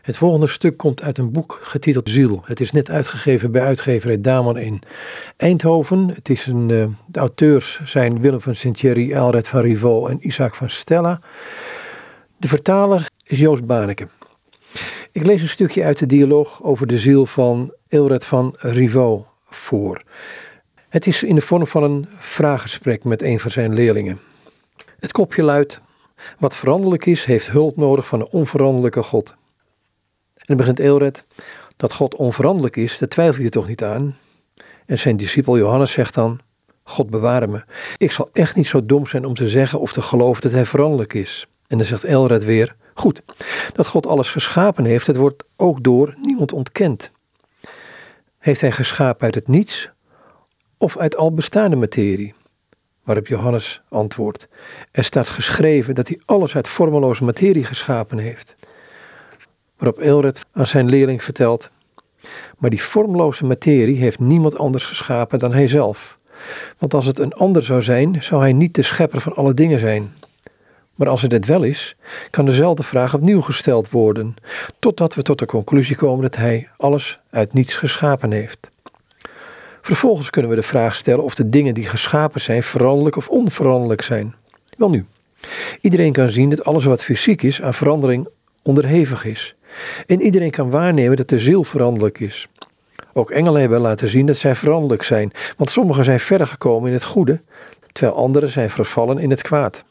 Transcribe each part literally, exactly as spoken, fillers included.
Het volgende stuk komt uit een boek getiteld Ziel. Het is net uitgegeven bij uitgeverij Daman in Eindhoven. Het is een, uh, de auteurs zijn Willem van Sint-Thierry, Elred van Rivaux en Isaac van Stella. De vertaler is Joost Baneke. Ik lees een stukje uit de dialoog over de ziel van Elred van Rivaux voor. Het is in de vorm van een vraaggesprek met een van zijn leerlingen. Het kopje luidt: wat veranderlijk is, heeft hulp nodig van een onveranderlijke God. En dan begint Elred: dat God onveranderlijk is, daar twijfel je toch niet aan? En zijn discipel Johannes zegt dan: God beware me. Ik zal echt niet zo dom zijn om te zeggen of te geloven dat hij veranderlijk is. En dan zegt Elred weer: goed, dat God alles geschapen heeft, het wordt ook door niemand ontkend. Heeft hij geschapen uit het niets of uit al bestaande materie? Waarop Johannes antwoordt: er staat geschreven dat hij alles uit vormeloze materie geschapen heeft. Waarop Elred aan zijn leerling vertelt: maar die vormloze materie heeft niemand anders geschapen dan hij zelf. Want als het een ander zou zijn, zou hij niet de schepper van alle dingen zijn. Maar als het het wel is, kan dezelfde vraag opnieuw gesteld worden, totdat we tot de conclusie komen dat hij alles uit niets geschapen heeft. Vervolgens kunnen we de vraag stellen of de dingen die geschapen zijn veranderlijk of onveranderlijk zijn. Welnu, iedereen kan zien dat alles wat fysiek is aan verandering onderhevig is. En iedereen kan waarnemen dat de ziel veranderlijk is. Ook engelen hebben laten zien dat zij veranderlijk zijn, want sommigen zijn verder gekomen in het goede, terwijl anderen zijn vervallen in het kwaad.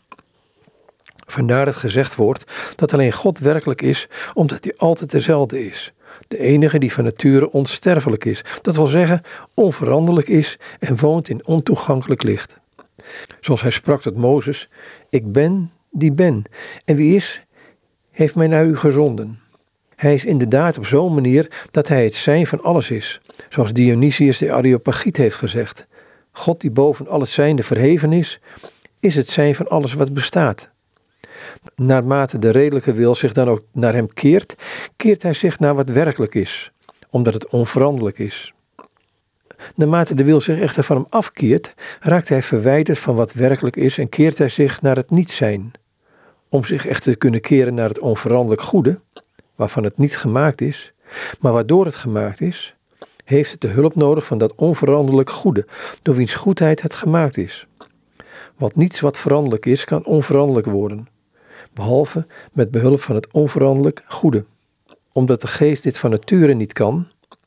Vandaar dat gezegd wordt dat alleen God werkelijk is, omdat hij altijd dezelfde is. De enige die van nature onsterfelijk is, dat wil zeggen onveranderlijk is en woont in ontoegankelijk licht. Zoals hij sprak tot Mozes: ik ben die ben, en wie is, heeft mij naar u gezonden. Hij is inderdaad op zo'n manier dat hij het zijn van alles is, zoals Dionysius de Areopagiet heeft gezegd. God die boven al het zijnde verheven is, is het zijn van alles wat bestaat. Naarmate de redelijke wil zich dan ook naar hem keert, keert hij zich naar wat werkelijk is, omdat het onveranderlijk is. Naarmate de wil zich echter van hem afkeert, raakt hij verwijderd van wat werkelijk is en keert hij zich naar het niet zijn. Om zich echter te kunnen keren naar het onveranderlijk goede, waarvan het niet gemaakt is, maar waardoor het gemaakt is, heeft het de hulp nodig van dat onveranderlijk goede, door wiens goedheid het gemaakt is. Want niets wat veranderlijk is, kan onveranderlijk worden, behalve met behulp van het onveranderlijk goede. Omdat de geest dit van nature niet kan,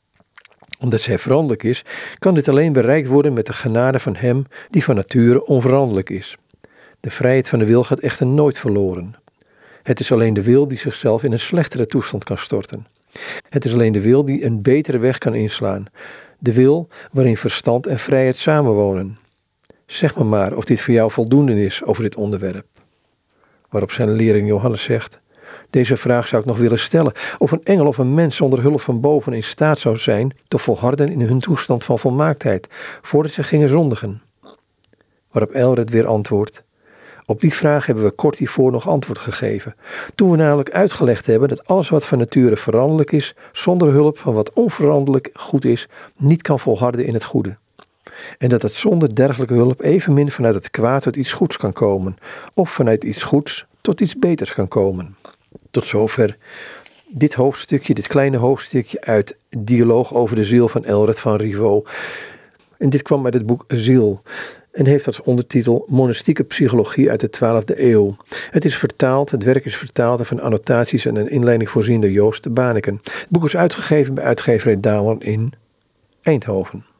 omdat zij veranderlijk is, kan dit alleen bereikt worden met de genade van hem die van nature onveranderlijk is. De vrijheid van de wil gaat echter nooit verloren. Het is alleen de wil die zichzelf in een slechtere toestand kan storten. Het is alleen de wil die een betere weg kan inslaan. De wil waarin verstand en vrijheid samenwonen. Zeg me maar of dit voor jou voldoende is over dit onderwerp. Waarop zijn leerling Johannes zegt: deze vraag zou ik nog willen stellen, of een engel of een mens zonder hulp van boven in staat zou zijn te volharden in hun toestand van volmaaktheid, voordat ze gingen zondigen. Waarop Elred weer antwoordt: op die vraag hebben we kort hiervoor nog antwoord gegeven, toen we namelijk uitgelegd hebben dat alles wat van nature veranderlijk is, zonder hulp van wat onveranderlijk goed is, niet kan volharden in het goede. En dat het zonder dergelijke hulp evenmin vanuit het kwaad tot iets goeds kan komen, of vanuit iets goeds tot iets beters kan komen. Tot zover dit hoofdstukje, dit kleine hoofdstukje uit Dialoog over de ziel van Elred van Rivaux. En dit kwam uit het boek Ziel en heeft als ondertitel Monastieke Psychologie uit de twaalfde eeuw. Het is vertaald, het werk is vertaald en van annotaties en een inleiding voorzien door Joost Baneke. Het boek is uitgegeven bij uitgeverij Daman in Eindhoven.